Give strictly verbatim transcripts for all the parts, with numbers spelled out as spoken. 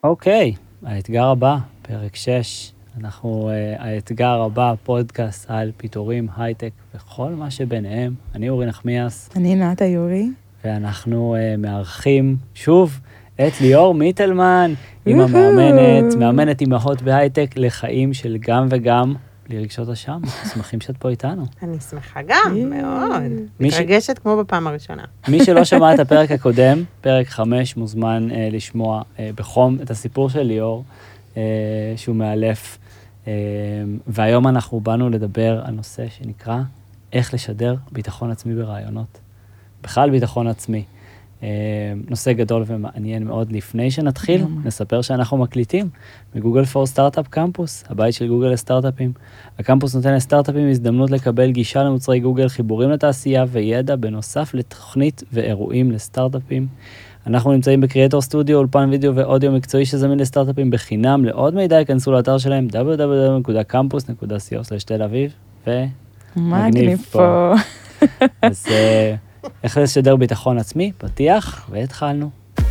אוקיי, האתגר הבא, פרק שש. אנחנו, uh, האתגר הבא, פודקאסט על פיתורים, הייטק וכל מה שביניהם. אני אורי נחמיאס. אני נעתה יורי. ואנחנו uh, מארחים שוב את ליאור מיטלמן, עם המאמנת, מאמנת אימהות בהייטק לחיים של גם וגם לרגשות אשם. שמחים שאת פה איתנו. אני שמחה גם, מאוד. מתרגשת כמו בפעם הראשונה. מי שלא שמע את הפרק הקודם, פרק חמש, מוזמן uh, לשמוע uh, בחום את הסיפור של ליאור, uh, שהוא מאלף. Uh, והיום אנחנו באנו לדבר על נושא שנקרא איך לשדר ביטחון עצמי ברעיונות. בכלל ביטחון עצמי. Uh, נושא גדול ומעניין מאוד. לפני שנתחיל, נספר שאנחנו מקליטים מגוגל פור סטארט-אפ קמפוס, הבית של גוגל לסטארט-אפים. הקמפוס נותן לסטארט-אפים הזדמנות לקבל גישה למוצרי גוגל, חיבורים לתעשייה וידע בנוסף לתוכנית ואירועים לסטארט-אפים. אנחנו נמצאים בקריאטור סטודיו, אולפן וידאו ואודיו מקצועי שזמין לסטארט-אפים בחינם. לעוד מידע יכנסו לאתר שלהם דאבליו דאבליו דאבליו נקודה קמפוס נקודה סי או סלש תל אביב, ומגניב פה. אז איך לשדר ביטחון עצמי? פתיח, והתחלנו.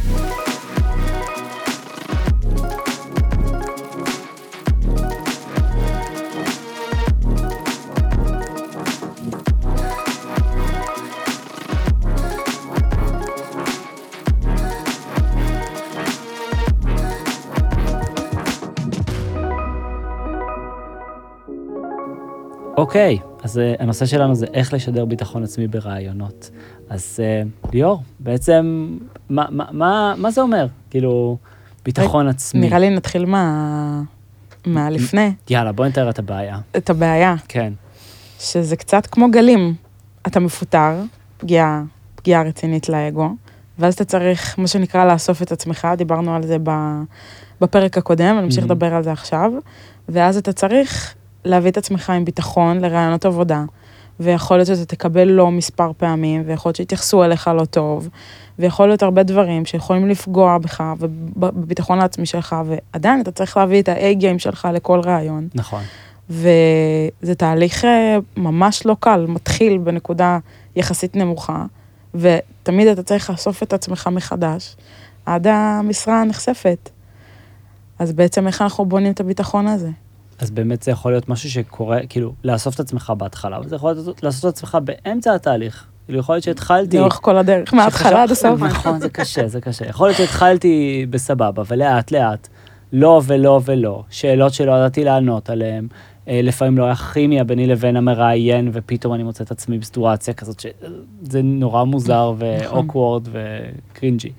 אוקיי, אז uh, הנושא שלנו זה איך לשדר ביטחון עצמי ברעיונות. אז uh, ליאור, בעצם, מה, מה, מה, מה זה אומר? כאילו, ביטחון עצמי. נראה לי נתחיל מה, מה לפני. יאללה, בוא נתאר את הבעיה. את הבעיה. כן. שזה קצת כמו גלים. אתה מפוטר, פגיעה, פגיעה רצינית לאגו, ואז אתה צריך, מה שנקרא, לאסוף את עצמך, דיברנו על זה בפרק הקודם, אני ממשיך לדבר על זה עכשיו, ואז אתה צריך להביא את עצמך עם ביטחון לרעיונות עבודה, ויכול להיות שאתה תקבל לא מספר פעמים, ויכול להיות שיתייחסו אליך לא טוב, ויכול להיות הרבה דברים שיכולים לפגוע בך, ובביטחון העצמי שלך, ועדיין אתה צריך להביא את ה-A-game שלך לכל רעיון. נכון. וזה תהליך ממש לא קל, מתחיל בנקודה יחסית נמוכה, ותמיד אתה צריך לאסוף את עצמך מחדש, עד המשרה הנחשפת. אז בעצם איך אנחנו בונים את הביטחון הזה? אז באמת זה יכול להיות משהו שקורה, כאילו, לאסוף את עצמך בהתחלה, אבל זה יכול להיות לאסוף את עצמך באמצע התהליך. כאילו, יכול להיות שהתחלתי... לאורך כל הדרך, מההתחלה עד הסוף. נכון, זה קשה, זה קשה. יכול להיות שהתחלתי בסבבה, ולאט לאט, לא ולא ולא, שאלות שלא ידעתי לענות עליהן, לפעמים לא היה כימיה ביני לבין המראיין, ופתאום אני מוצא את עצמי בסיטואציה כזאת, שזה נורא מוזר ואוקוורד וקרינג'י.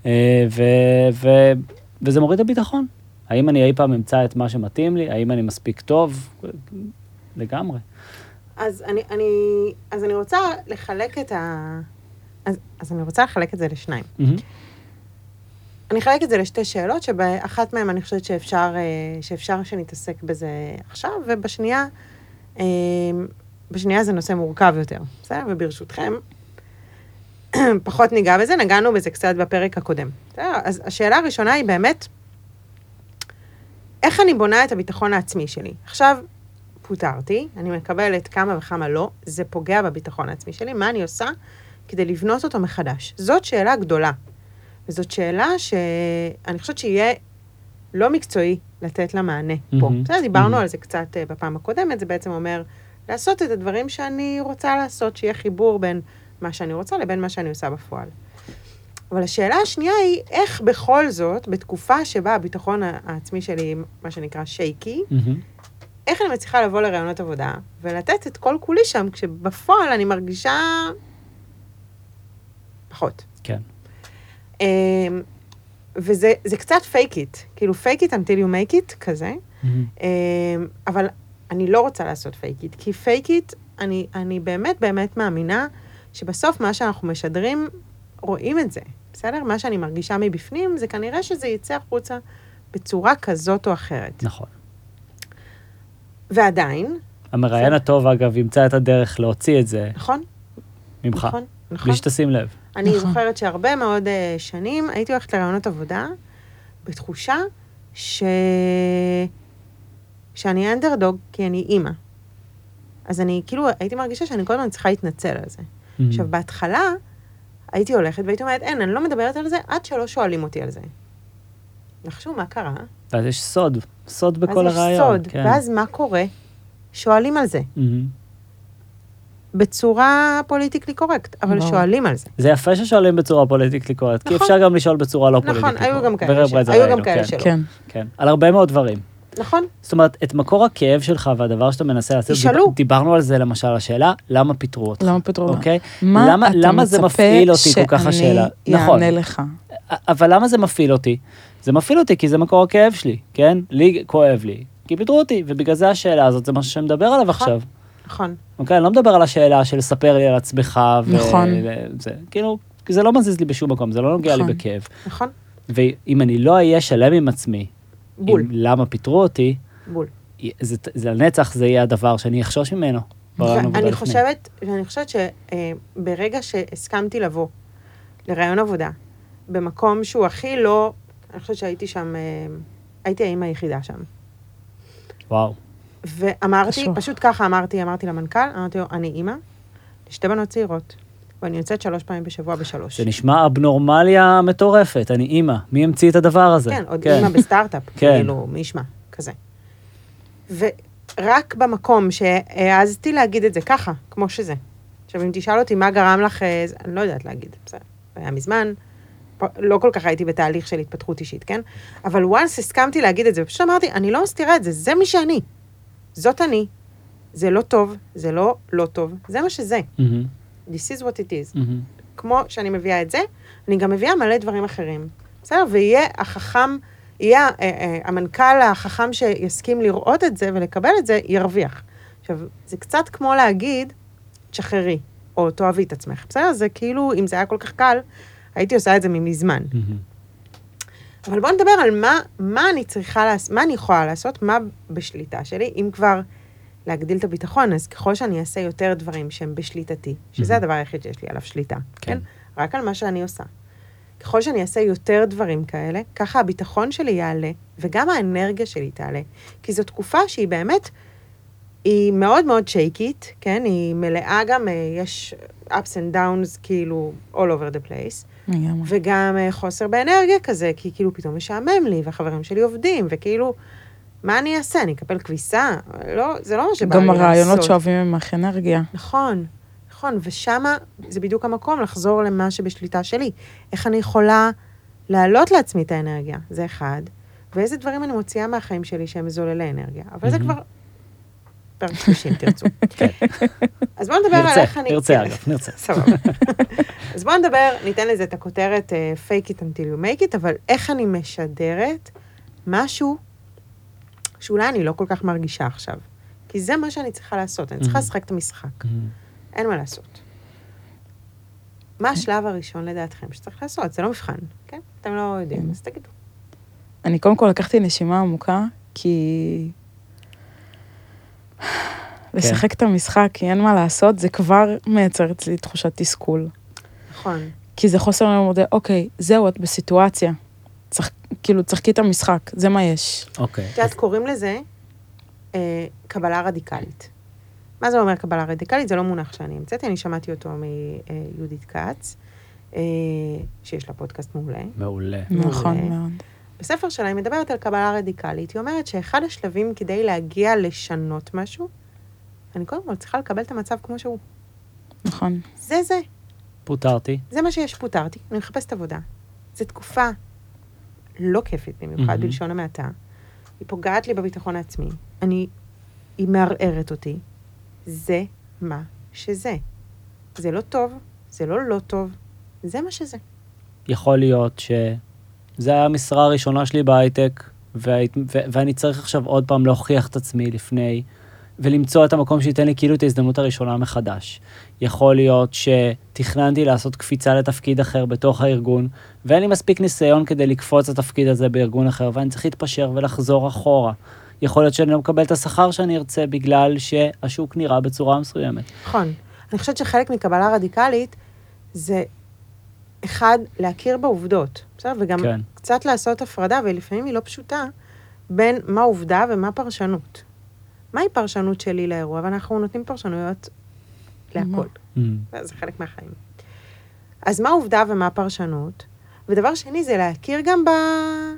וזה מוריד הביטחון. האם אני אי פעם אמצא את מה שמתאים לי? האם אני מספיק טוב? לגמרי. אז אני, אני, אז אני רוצה לחלק את ה... אז, אז אני רוצה לחלק את זה לשניים. Mm-hmm. אני אחלק את זה לשתי שאלות, שבאחת מהן אני חושבת שאפשר, שאפשר שנתעסק בזה עכשיו, ובשנייה, בשנייה זה נושא מורכב יותר. בסדר? וברשותכם, פחות ניגע בזה, נגענו בזה קצת בפרק הקודם. בסדר? אז השאלה הראשונה היא באמת, איך אני בונה את הביטחון העצמי שלי? עכשיו, פוטרתי, אני מקבלת כמה וכמה לא, זה פוגע בביטחון העצמי שלי, מה אני עושה כדי לבנות אותו מחדש? זאת שאלה גדולה, וזאת שאלה שאני חושבת שיהיה לא מקצועי לתת לה מענה פה. בסדר, דיברנו על זה קצת בפעם הקודמת, זה בעצם אומר לעשות את הדברים שאני רוצה לעשות, שיהיה חיבור בין מה שאני רוצה לבין מה שאני עושה בפועל. אבל השאלה השנייה היא, איך בכל זאת, בתקופה שבה הביטחון העצמי שלי, מה שנקרא שייקי, mm-hmm. איך אני מצליחה לבוא לרעיונות עבודה, ולתת את כל כולי שם, כשבפועל אני מרגישה פחות. כן. Um, וזה זה קצת fake it, כאילו fake it until you make it, כזה, mm-hmm. um, אבל אני לא רוצה לעשות fake it, כי fake it, אני, אני באמת באמת מאמינה, שבסוף מה שאנחנו משדרים, רואים את זה. בסדר? מה שאני מרגישה מבפנים, זה כנראה שזה יצא החוצה בצורה כזאת או אחרת. נכון. ועדיין... המראיין הטוב, אגב, ימצא את הדרך להוציא את זה. נכון. ממך. נכון, נכון. בלי שתשים לב. אני נכון. זוכרת שהרבה מאוד uh, שנים, הייתי הולכת לרעיונות עבודה, בתחושה ש... שאני אנדרדוג, כי אני אימא. אז אני, כאילו, הייתי מרגישה שאני כל הזמן צריכה להתנצל על זה. Mm-hmm. עכשיו, בהתחלה, הייתי הולכת והייתי אומרת, אין, אני לא מדברת על זה, עד שלא שואלים אותי על זה. נחשו מה קרה. ואז יש סוד, סוד בכל אז יש הרעיון. סוד, ואז מה קורה? שואלים על זה. Mm-hmm. בצורה פוליטיקלי קורקט, אבל לא. שואלים על זה. זה יפה ששואלים בצורה פוליטיקלי קורקט, כי נכון. אפשר גם לשאול בצורה לא פוליטיקלי נכון, קורקט. היו גם כאלה ורב שלא. זה היו ראינו, גם כאלה כן, שלא. כן. כן, על הרבה מאוד דברים. נכון? זאת אומרת, את מקור הכאב שלך והדבר שאתה מנסה לעשות, תשאלו. דיבר, דיברנו על זה למשל, השאלה, למה פיטרו אותך? למה פיטרו אותך? אוקיי? מה למה, אתה למה זה מצפה מפעיל אותי כל כך השאלה? שאני נכון. יענה לך? אבל למה זה מפעיל אותי? זה מפעיל אותי כי זה מקור הכאב שלי, כן? לי כואב לי, כי פיטרו אותי, ובגלל זה השאלה הזאת, זה משהו שאני מדבר עליו נכון. עכשיו. נכון. אוקיי? אני לא מדבר על השאלה של לספר לי על עצמך. ו... נכון. זה, כאילו, כי זה לא מזיז לי בשום מקום, זה לא נוגע נכון. לי בכאב. נכון? ואם אני לא אהיה שלם עם עצמי, בול. עם למה פיטרו אותי, בול. זה, זה לנצח, זה יהיה הדבר שאני אחשוש ממנו. בעולם עבודה ואני לפני. חושבת, ואני חושבת שברגע שהסכמתי לבוא לרעיון עבודה, במקום שהוא הכי לא, אני חושבת שהייתי שם, אה, הייתי האמא היחידה שם. וואו. ואמרתי, קשוח. פשוט ככה אמרתי, אמרתי למנכ"ל, אמרתי לו, אני אימא, לשתי בנות צעירות, ואני יוצאת שלוש פעמים בשבוע בשלוש. זה נשמע אבנורמליה מטורפת, אני אימא. מי המציא את הדבר הזה? כן, עוד אימא בסטארט-אפ, כן. כאילו, מי ישמע, כזה. ורק במקום שהעזתי להגיד את זה ככה, כמו שזה. עכשיו, אם תשאל אותי מה גרם לך, אה, זה- אני לא יודעת להגיד, בסדר, היה מזמן, פה- לא כל כך הייתי בתהליך של התפתחות אישית, כן? אבל once הסכמתי להגיד את זה, ופשוט אמרתי, אני לא מסתירה את זה, זה מי שאני. זאת אני. זה לא טוב, זה לא לא טוב, זה מה שזה. מהמם, This is what it is. מהמם. כמו שאני מביאה את זה, אני גם מביאה מלא דברים אחרים. בסדר? ויהיה החכם, יהיה אה, אה, המנכ"ל החכם שיסכים לראות את זה ולקבל את זה, ירוויח. עכשיו, זה קצת כמו להגיד, תשחררי, או תאהבי את עצמך. בסדר? זה כאילו, אם זה היה כל כך קל, הייתי עושה את זה ממזמן. מהמם. אבל בואו נדבר על מה, מה אני צריכה לעשות, מה אני יכולה לעשות, מה בשליטה שלי, אם כבר להגדיל את הביטחון, אז ככל שאני אעשה יותר דברים שהם בשליטתי, שזה הדבר היחיד שיש לי עליו שליטה, כן? כן. רק על מה שאני עושה. ככל שאני אעשה יותר דברים כאלה, ככה הביטחון שלי יעלה, וגם האנרגיה שלי תעלה. כי זו תקופה שהיא באמת, היא מאוד מאוד שייקית, כן? היא מלאה גם, אה, יש ups and downs כאילו all over the place. לגמרי. וגם אה, חוסר באנרגיה כזה, כי כאילו פתאום משעמם לי, והחברים שלי עובדים, וכאילו, מה אני אעשה? אני אקפל כביסה? לא, זה לא מה שבא לי גם לעשות. הרעיונות שאוהבים ממך אנרגיה. נכון, נכון, ושמה זה בדיוק המקום לחזור למה שבשליטה שלי. איך אני יכולה להעלות לעצמי את האנרגיה, זה אחד, ואיזה דברים אני מוציאה מהחיים שלי שהם מזוללי אנרגיה. אבל זה מהמם. כבר פרק שלישי, אם תרצו. כן. אז בואו נדבר על נרצה, איך אני... נרצה כן. אגב, נרצה. סבבה. אז בואו נדבר, ניתן לזה את הכותרת uh, fake it until you make it, אבל איך אני משדרת משהו שאולי אני לא כל כך מרגישה עכשיו. כי זה מה שאני צריכה לעשות, אני צריכה Mhm. לשחק את המשחק. מהמם. אין מה לעשות. מה השלב הראשון לדעתכם שצריך לעשות? זה לא מבחן, כן? אתם לא יודעים, אז תגידו. אני קודם כל לקחתי נשימה עמוקה, כי לשחק את המשחק, כי אין מה לעשות, זה כבר מייצר אצלי תחושת תסכול. נכון. כי זה חוסר למודה, אוקיי, זהו, את בסיטואציה. צריך, כאילו, צחקי את המשחק, זה מה יש. אוקיי. את יודעת, קוראים לזה אה, קבלה רדיקלית. מה זה אומר קבלה רדיקלית? זה לא מונח שאני המצאתי, אני שמעתי אותו מיהודית כץ, אה, שיש לה פודקאסט מעולה. מעולה. נכון מעולה. מאוד. בספר שלה היא מדברת על קבלה רדיקלית. היא אומרת שאחד השלבים כדי להגיע לשנות משהו, אני קודם כל צריכה לקבל את המצב כמו שהוא. נכון. זה זה. פוטרתי. זה מה שיש, פוטרתי, אני מחפשת עבודה. זו תקופה לא כיפית במיוחד, מהמם. בלשון המעטה. היא פוגעת לי בביטחון העצמי. אני, היא מערערת אותי. זה מה שזה. זה לא טוב, זה לא לא טוב, זה מה שזה. יכול להיות שזה היה המשרה הראשונה שלי בהייטק, והיית- ו- ואני צריך עכשיו עוד פעם להוכיח את עצמי לפני, ולמצוא את המקום שייתן לי כאילו את ההזדמנות הראשונה מחדש. יכול להיות שתכננתי לעשות קפיצה לתפקיד אחר בתוך הארגון, ואין לי מספיק ניסיון כדי לקפוץ לתפקיד הזה בארגון אחר, ואני צריך להתפשר ולחזור אחורה. יכול להיות שאני לא מקבל את השכר שאני ארצה בגלל שהשוק נראה בצורה מסוימת. נכון. אני חושבת שחלק מקבלה רדיקלית זה, אחד, להכיר בעובדות, בסדר? וגם כן. קצת לעשות הפרדה, ולפעמים היא לא פשוטה, בין מה עובדה ומה פרשנות. מהי פרשנות שלי לאירוע? ואנחנו נותנים פרשנויות להכל. Mm. זה חלק מהחיים. אז מה עובדה ומה פרשנות? ודבר שני זה להכיר גם ב...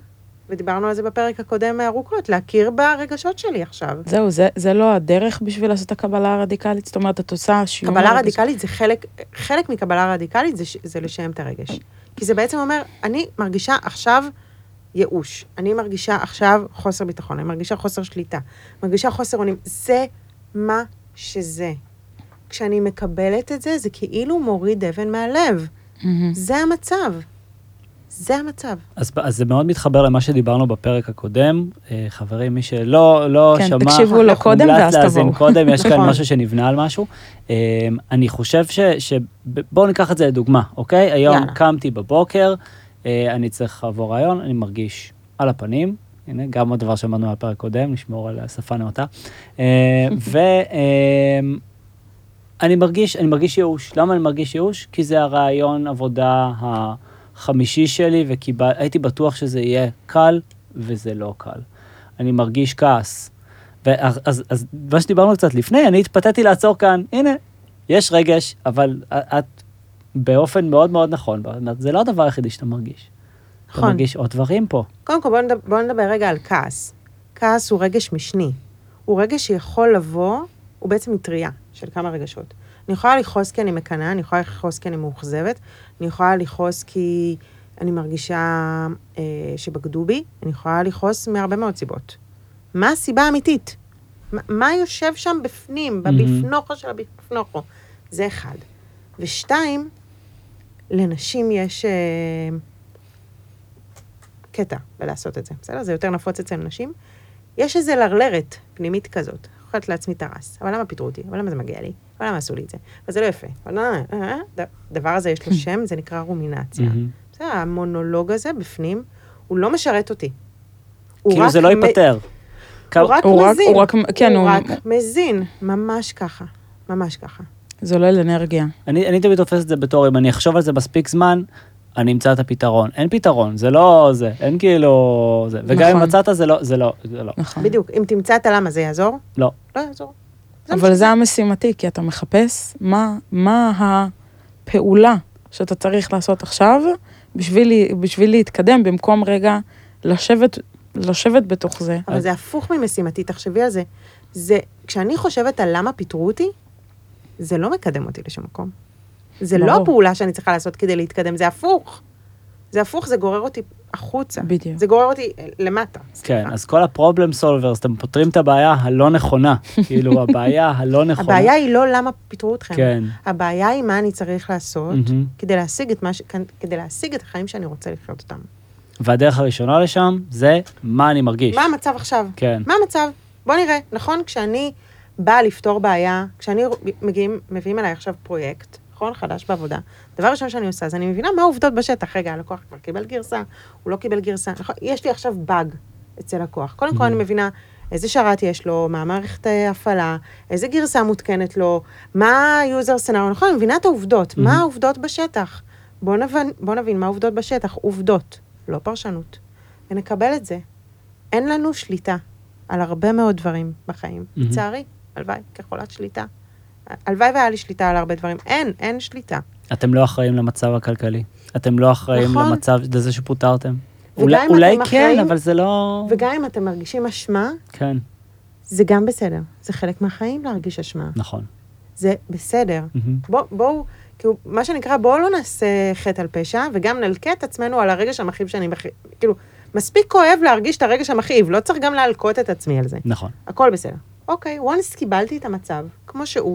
ודיברנו על זה בפרק הקודם ארוכות, להכיר ברגשות שלי עכשיו. זהו, זה, זה לא הדרך בשביל לעשות את הקבלה הרדיקלית, זאת אומרת, את עושה שיעור... קבלה רדיקלית זה חלק, חלק מקבלה רדיקלית זה, זה לשם את הרגש. כי זה בעצם אומר, אני מרגישה עכשיו ייאוש, אני מרגישה עכשיו חוסר ביטחון, אני מרגישה חוסר שליטה, מרגישה חוסר אונים, זה מה שזה. כשאני מקבלת את זה, זה כאילו מוריד אבן מהלב. Mm-hmm. זה המצב. זה המצב. אז, אז זה מאוד מתחבר למה שדיברנו בפרק הקודם. חברים, מי שלא לא כן, שמע, תקשיבו לו קודם ואז תבואו. קודם, יש כאן משהו שנבנה על משהו. אני חושב ש... ש... בואו ניקח את זה לדוגמה, אוקיי? היום יאללה. קמתי בבוקר, אני צריך לעבור רעיון, אני מרגיש על הפנים, הנה, גם עוד דבר שאמרנו על הפרק הקודם, נשמור על השפה נאותה. ואני מרגיש, אני מרגיש ייאוש. למה אני מרגיש ייאוש? כי זה הרעיון עבודה החמישי שלי, והייתי בטוח שזה יהיה קל, וזה לא קל. אני מרגיש כעס. ואז, אז, אז מה שדיברנו קצת לפני, אני התפתיתי לעצור כאן, הנה, יש רגש, אבל את באופן מאוד מאוד נכון, זה לא הדבר היחידי שאתה מרגיש. אתה מרגיש עוד דברים פה. קודם כל, בוא נדבר, בוא נדבר רגע על כעס. כעס הוא רגש משני. הוא רגש שיכול לבוא, הוא בעצם מטריה של כמה רגשות. אני יכולה לכעוס כי אני מקנאה, אני יכולה לכעוס כי אני מאוכזבת, אני יכולה לכעוס כי אני מרגישה אה, שבגדו בי, אני יכולה לכעוס מהרבה מאוד סיבות. מה הסיבה האמיתית? מה, מה יושב שם בפנים, בבפנוכו של הבפנוכו? זה אחד. ושתיים, לנשים יש... אה, קטע בלעשות את זה, בסדר? זה יותר נפוץ אצל נשים. יש איזו לרלרת פנימית כזאת, יכולת לעצמי טרס, אבל למה פיתרו אותי? אבל למה זה מגיע לי? אבל למה עשו לי את זה? אבל זה לא יפה. אבל לא, דבר הזה יש לו שם, זה נקרא רומינציה. בסדר, המונולוג הזה בפנים, הוא לא משרת אותי. כאילו זה לא ייפטר. הוא רק מזין. הוא רק מזין, ממש ככה, ממש ככה. זה עולה לאנרגיה. אני תמיד תופס את זה בתור, אם אני אחשוב על זה מספיק זמן, אני אמצא את הפתרון. אין פתרון, זה לא זה, אין כאילו זה. וגם אם מצאת זה לא, זה לא, זה לא. בדיוק, אם תמצא את הלמה זה יעזור? לא. לא יעזור. אבל זה המשימתי, כי אתה מחפש מה, מה הפעולה שאתה צריך לעשות עכשיו, בשביל, בשביל להתקדם, במקום רגע לשבת, לשבת בתוך זה. אבל זה הפוך ממשימתי, תחשבי על זה. זה, כשאני חושבת על למה פיתרו אותי, זה לא מקדם אותי לשום מקום. זה לא הפעולה שאני צריכה לעשות כדי להתקדם, זה הפוך. זה הפוך, זה גורר אותי החוצה. בדיוק. זה גורר אותי למטה. כן, אז כל הפרובלם סולברס, אתם פותרים את הבעיה הלא נכונה. כאילו, הבעיה הלא נכונה. הבעיה היא לא למה פיתרו אתכם. כן. הבעיה היא מה אני צריך לעשות, כדי להשיג את מה ש... כדי להשיג את החיים שאני רוצה לחיות אותם. והדרך הראשונה לשם, זה מה אני מרגיש. מה המצב עכשיו? כן. מה המצב? בוא נראה, נכון? כשאני באה לפתור בעיה, כשאני מגיעים, מביאים אליי עכשיו פרויקט, נכון? חדש בעבודה. דבר ראשון שאני עושה, אז אני מבינה מה העובדות בשטח. רגע, הלקוח כבר קיבל גרסה, הוא לא קיבל גרסה. נכון? יש לי עכשיו באג אצל לקוח. קודם כל אני מבינה איזה שרת יש לו, מה מערכת ההפעלה, איזה גרסה מותקנת לו, מה היוזר סנאריו, נכון? אני מבינה את העובדות. מה העובדות בשטח? בוא נבין, בוא נבין מה העובדות בשטח. עובדות, לא פרשנות. ונקבל את זה. אין לנו שליטה על הרבה מאוד דברים בחיים. לצערי, הלוואי, כחולת שליטה. הלוואי והיה לי שליטה על הרבה דברים. אין, אין שליטה. אתם לא אחראים למצב הכלכלי. אתם לא אחראים נכון. למצב לזה שפוטרתם. וגם אולי, אם אולי אתם כן, אחראים, אבל זה לא... וגם אם אתם מרגישים אשמה, כן, זה גם בסדר. זה חלק מהחיים להרגיש אשמה. נכון. זה בסדר. בוא, בואו, כאילו, מה שנקרא, בואו לא נעשה חטא על פשע, וגם נלקה את עצמנו על הרגש המכאיב שאני מכאיב. כאילו, מספיק כואב להרגיש את הרגש המכאיב, לא צריך גם להלקות את עצמי על זה. נכון. הכל בסדר. אוקיי, once קיבלתי את המצב, כמו שהוא.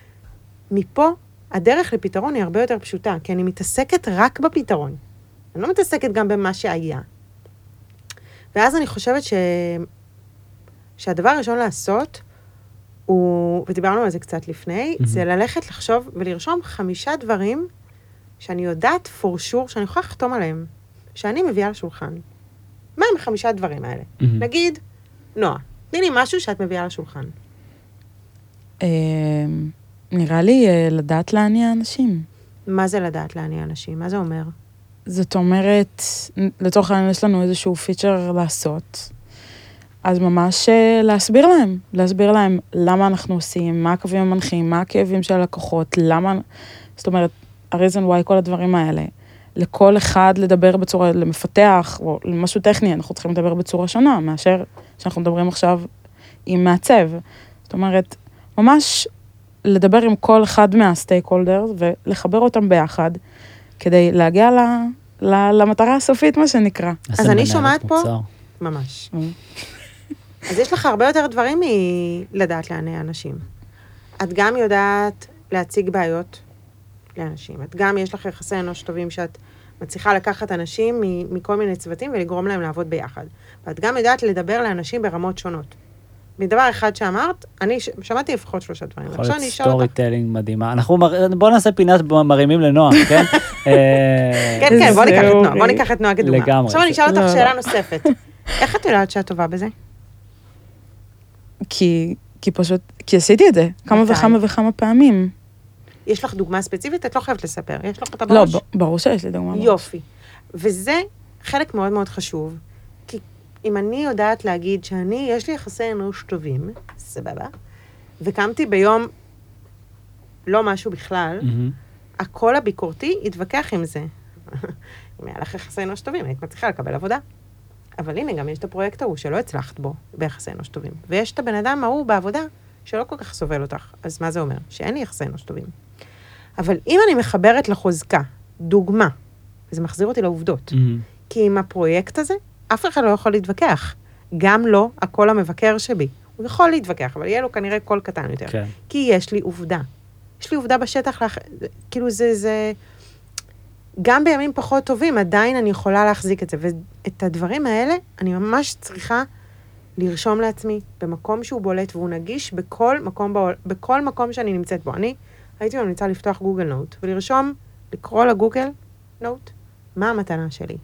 מפה, הדרך לפתרון היא הרבה יותר פשוטה, כי אני מתעסקת רק בפתרון. אני לא מתעסקת גם במה שהיה. ואז אני חושבת ש... שהדבר הראשון לעשות, הוא, ודיברנו על זה קצת לפני, mm-hmm. זה ללכת לחשוב ולרשום חמישה דברים שאני יודעת for sure, שאני יכולה לחתום עליהם, שאני מביאה לשולחן. מה הם החמישה דברים האלה? Mm-hmm. נגיד, נועה, תני לי משהו שאת מביאה לשולחן. נראה לי לדעת להניע אנשים. מה זה לדעת להניע אנשים? מה זה אומר? זאת אומרת, לתוך העניין יש לנו איזשהו פיצ'ר לעשות, אז ממש להסביר להם, להסביר להם למה אנחנו עושים, מה הקווים המנחים, מה הכאבים של הלקוחות, למה, זאת אומרת, ה-reason why, כל הדברים האלה. לכל אחד לדבר בצורה, למפתח, או למשהו טכני, אנחנו צריכים לדבר בצורה שונה, מאשר שאנחנו מדברים עכשיו עם מעצב. זאת אומרת, ממש לדבר עם כל אחד מהסטייק הולדרס, ולחבר אותם ביחד, כדי להגיע ל, ל, למטרה הסופית, מה שנקרא. אז אני שומעת פה, ממש. אז יש לך הרבה יותר דברים מלדעת לעני אנשים. את גם יודעת להציג בעיות לאנשים. את גם יש לך יחסי אנוש טובים שאת מצליחה לקחת אנשים מכל מיני צוותים ולגרום להם לעבוד ביחד. ואת גם יודעת לדבר לאנשים ברמות שונות. מדבר אחד שאמרת, אני שמעתי לפחות שלושה דברים. יכול להיות סטורי טלינג מדהימה. אנחנו, בואו נעשה פינת מרימים לנועה, כן? כן, כן, בואו ניקח את נועה. בואו ניקח את נועה כדוגמה. לגמרי. עכשיו אני אשאל אותך שאלה נוספת. איך את יודעת שאת טובה בזה? כי, כי פשוט, כי עשיתי את זה כמה וכמה וכמה פעמים. יש לך דוגמה ספציפית? את לא חייבת לספר. יש לך אותה לא, בראש? ברור שיש לי דוגמה. יופי. וזה חלק מאוד מאוד חשוב, כי אם אני יודעת להגיד שאני, יש לי יחסי אנוש טובים, סבבה, וקמתי ביום לא משהו בכלל, הקול הביקורתי יתווכח עם זה. אם היה לך יחסי אנוש טובים, היית מצליחה לקבל עבודה. אבל הנה, גם יש את הפרויקט ההוא שלא הצלחת בו ביחסי אנוש טובים. ויש את הבן אדם ההוא בעבודה שלא כל כך סובל אותך. אז מה זה אומר? שאין לי יחסי אנוש טובים. אבל אם אני מחברת לחוזקה, דוגמה, וזה מחזיר אותי לעובדות, mm-hmm. כי עם הפרויקט הזה, אף אחד לא יכול להתווכח. גם לא הקול המבקר שבי. הוא יכול להתווכח, אבל יהיה לו כנראה קול קטן יותר. כן. כי יש לי עובדה. יש לי עובדה בשטח, לח... כאילו זה, זה... גם בימים פחות טובים, עדיין אני יכולה להחזיק את זה. ואת הדברים האלה, אני ממש צריכה לרשום לעצמי במקום שהוא בולט, והוא נגיש בכל מקום, בו... בכל מקום שאני נמצאת בו. אני הייתי ממליצה לפתוח גוגל נוט, ולרשום, לקרוא לגוגל נוט, מה המתנה שלי.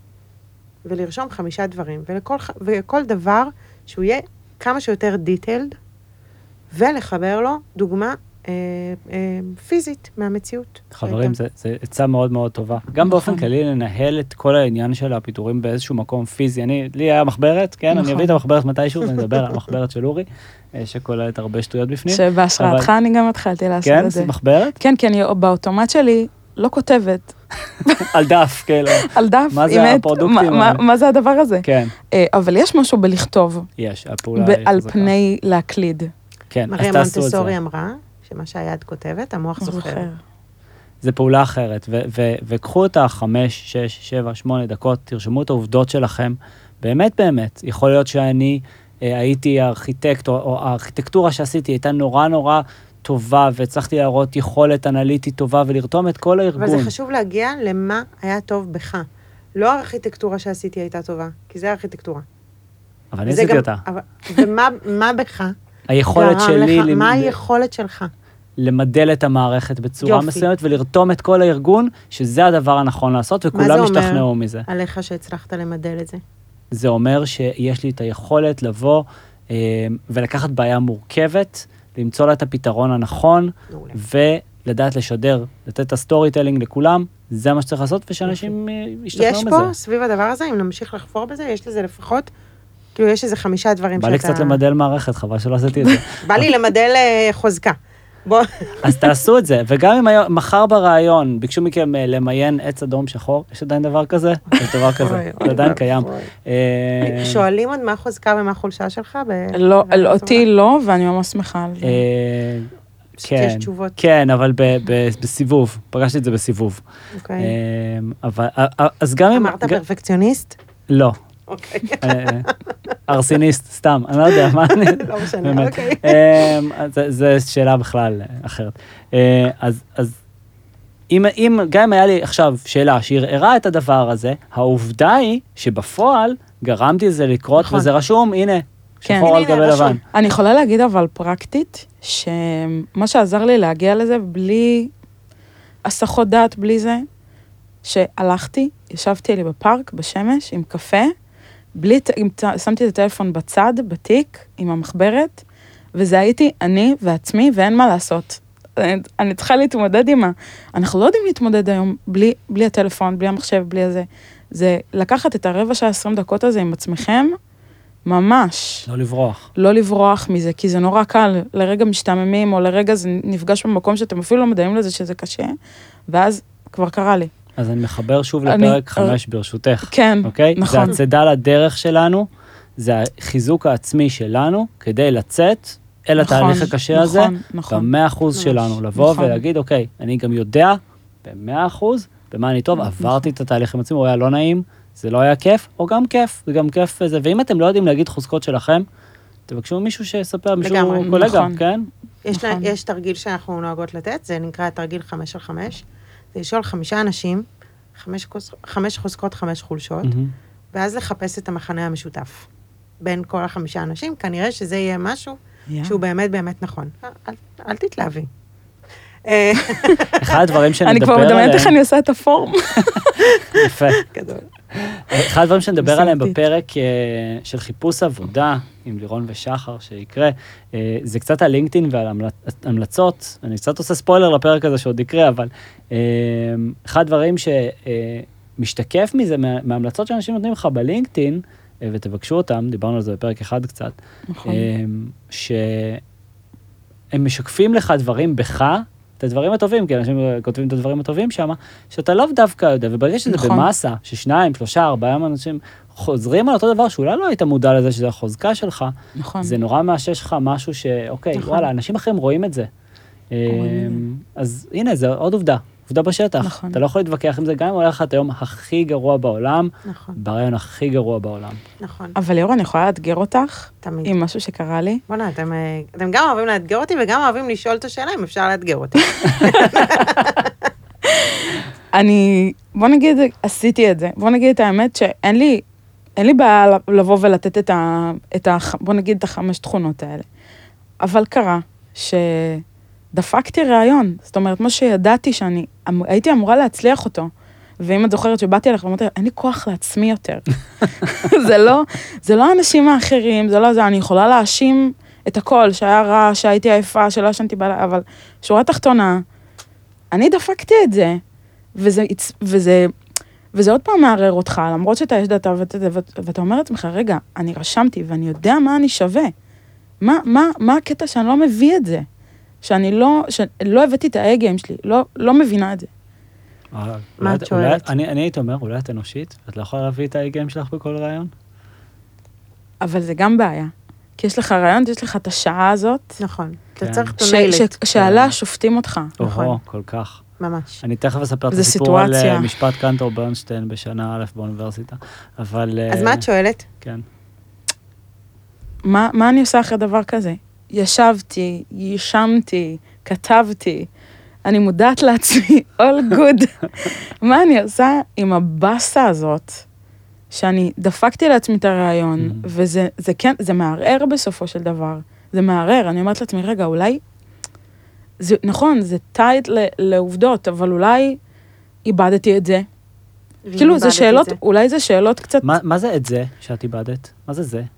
ולרשום חמישה דברים, ולכל, וכל דבר שהוא יהיה כמה שיותר דיטיילד, ולחבר לו דוגמה אה, אה, פיזית מהמציאות. חברים, זה, זה עצה מאוד מאוד טובה. גם באופן כללי לנהל את כל העניין של הפיתורים באיזשהו מקום פיזי. אני, לי היה מחברת, כן? אני אביא את המחברת מתישהו, ואני אדבר על המחברת של אורי, שכוללת הרבה שטויות בפנים. שבהשראתך אני גם התחלתי לעשות את זה. כן? מחברת? כן, כי אני באוטומט שלי לא כותבת. על דף, כאילו. על דף, מה זה הפרודוקטים? מה זה הדבר הזה? כן. אבל יש משהו בלכתוב. יש, הפעולה היא חזקה. על פני להקליד. כן, מריה מונטסורי אמרה, שמה שהיד כותבת, המוח זוכר. זה פעולה אחרת, וקחו את החמש, שש, שבע, שמונה דקות, תרשמו את העובדות שלכם, באמת באמת, יכול להיות שאני הייתי ארכיטקט, או הארכיטקטורה שעשיתי הייתה נורא נורא טובה, והצלחתי להראות יכולת אנליטית טובה, ולרתום את כל הארגון. אבל זה חשוב להגיע למה היה טוב בך. לא הארכיטקטורה שעשיתי הייתה טובה, כי זה הארכיטקטורה. אבל אני עשיתי אותה. ומה בך? היכולת שלי... מה היכולת שלך? למדל את המערכת בצורה מסוימת, ולרתום את כל הארגון, שזה הדבר הנכון לעשות, וכולם השתכנעו מזה. מה זה אומר עליך שהצלחת למדל את זה? זה אומר שיש לי את היכולת לבוא, ולקחת בעיה מורכבת, למצוא לה את הפתרון הנכון, ולדעת לשדר, לתת את הסטורי טלינג לכולם, זה מה שצריך לעשות, ושאנשים ישתכנעו מזה. יש פה, סביב הדבר הזה, אם נמשיך לחפור בזה, יש לזה לפחות, כאילו יש איזה חמישה דברים שאתה... בא לי קצת למדל מערכת, חבל שלא עשיתי את זה. בא לי למדל חוזקה. בוא. אז תעשו את זה, וגם אם מחר ברעיון ביקשו מכם למיין עץ אדום שחור, יש עדיין דבר כזה? יש דבר כזה, זה עדיין קיים. שואלים עוד מה חוזקה ומה חולשה שלך? לא, אותי לא, ואני ממש שמחה על זה. כן, כן, אבל בסיבוב, פגשתי את זה בסיבוב. אז גם אם... אמרת פרפקציוניסט? לא. ארסיניסט, סתם, אני לא יודע מה אני... לא משנה, אוקיי. זו שאלה בכלל אחרת. אז אם גם היה לי עכשיו שאלה שערערה את הדבר הזה, העובדה היא שבפועל גרמתי את זה לקרות, וזה רשום, הנה, שחור על גבי לבן. אני יכולה להגיד אבל פרקטית, שמה שעזר לי להגיע לזה בלי הסחות דעת, בלי זה, שהלכתי, ישבתי לי בפארק, בשמש, עם קפה, בלי, שמתי את הטלפון בצד, בתיק, עם המחברת, וזה הייתי אני ועצמי, ואין מה לעשות. אני, אני צריכה להתמודד עם מה. אנחנו לא יודעים להתמודד היום בלי, בלי הטלפון, בלי המחשב, בלי הזה. זה לקחת את הרבע שעה עשרים דקות הזה עם עצמכם, ממש. לא לברוח. לא לברוח מזה, כי זה נורא קל, לרגע משתעממים, או לרגע זה נפגש במקום שאתם אפילו לא מדעים לזה שזה קשה, ואז כבר קרה לי. אז אני מחבר שוב אני- לפרק חמש ברשותך, כן, אוקיי? נכון. זה הצדה לדרך שלנו, זה החיזוק העצמי שלנו, כדי לצאת אל נכון, התהליך הקשה הזה, נכון, נכון. במאה אחוז ממש. שלנו, לבוא נכון. ולהגיד, אוקיי, אני גם יודע, במאה אחוז, במה אני טוב, נכון. עברתי את התהליך עם עצמי, הוא היה לא נעים, זה לא היה כיף, או גם כיף, זה גם כיף וזה, ואם אתם לא יודעים להגיד חוזקות שלכם, תבקשו מישהו שיספר, מישהו לגמרי. קולגה, נכון. כן? יש, לה, נכון. יש תרגיל שאנחנו נוהגות לתת, זה נקרא תרגיל חמש על חמש, זה לשאול חמישה אנשים, חמש, חוז- חמש חוזקות, חמש חולשות, מהמם. ואז לחפש את המחנה המשותף. בין כל החמישה אנשים, כנראה שזה יהיה משהו יא. שהוא באמת באמת נכון. אל, אל, אל תתלהבי. אה, אחד הדברים שנדבר אני עליהם, כבר מדמיינת איך אני עושה את הפורום. יפה. גדול. אחד הדברים שנדבר עליהם מסורתית. בפרק אה, של חיפוש עבודה עם לירון ושחר שיקרה, אה, זה קצת על לינקדאין ועל המלצ- המלצות, אני קצת עושה ספוילר לפרק הזה שעוד יקרה, אבל אה, אחד הדברים שמשתקף מזה, מה- מההמלצות שאנשים נותנים לך בלינקדאין, אה, ותבקשו אותם, דיברנו על זה בפרק אחד קצת, נכון. אה, שהם משקפים לך דברים בך, את הדברים הטובים, כי אנשים כותבים את הדברים הטובים שם, שאתה לאו דווקא יודע, וברגע שזה נכון. במסה, ששניים, שלושה, ארבעה אנשים חוזרים על אותו דבר, שאולי לא היית מודע לזה שזה החוזקה שלך, נכון. זה נורא מאשש לך משהו שאוקיי, נכון. וואלה, אנשים אחרים רואים את זה. רואים אז הנה, זה עוד עובדה, עובדה בשטח. נכון. אתה לא יכול להתווכח עם זה, גם אם הולך לך את היום הכי גרוע בעולם, נכון, ברעיון הכי גרוע בעולם. נכון, אבל ליאור, אני יכולה לאתגר אותך תמיד. עם משהו שקרה לי? בוא'נה, אתם, אה, אתם גם אוהבים לאתגר אותי וגם אוהבים לשאול את השאלה אם אפשר לאתגר אותי. אני, בוא נגיד, עשיתי את זה. בוא נגיד את האמת שאין לי, אין לי בעיה לבוא ולתת את ה, את ה, בוא נגיד את החמש תכונות האלה. אבל קרה שדפקתי רעיון. זאת אומרת, מה שידעתי שאני, אמ- הייתי אמורה להצליח אותו. ואם את זוכרת שבאתי אליך ואמרתי, אין לי כוח לעצמי יותר. זה לא, זה לא האנשים האחרים, זה לא זה, אני יכולה להאשים את הכל, שהיה רע, שהייתי עייפה, שלא ישנתי בלילה, אבל שורה תחתונה, אני דפקתי את זה, וזה, וזה, וזה עוד פעם מערער אותך, למרות שאתה יש דאטה, ואתה, ואתה אומר לעצמך, רגע, אני רשמתי, ואני יודע מה אני שווה. מה, מה, מה הקטע שאני לא מביא את זה? שאני לא, שלא הבאתי את האגים שלי, לא, לא מבינה את זה. אה, מה אולי- את שואלת? אולי- אני אני הייתי אומר, אולי את אנושית, את לא יכולה להביא את האיגים שלך בכל רעיון? אבל זה גם בעיה. כי יש לך רעיון, יש לך את השעה הזאת, נכון. כן. אתה צריך to ש- nail ש- it. שעליה שופטים אותך. נכון. או, כל כך. ממש. אני תכף אספר את זה הסיפור על סיטואציה. אה, משפט קנטור ברנשטיין בשנה א' באוניברסיטה, אבל... אז אה, מה את שואלת? כן. מה, מה אני עושה אחרי דבר כזה? ישבתי, ישמתי, כתבתי, אני מודעת לעצמי, all good. מה אני עושה עם הבאסה הזאת, שאני דפקתי לעצמי את הרעיון, Mhm. וזה זה כן, זה מערער בסופו של דבר. זה מערער, אני אומרת לעצמי, רגע, אולי, זה, נכון, זה טייט ל- לעובדות, אבל אולי איבדתי את זה. ואם כאילו, איבדתי זה את שאלות, זה? אולי זה שאלות קצת, מה מה זה את זה שאת איבדת? מה זה זה?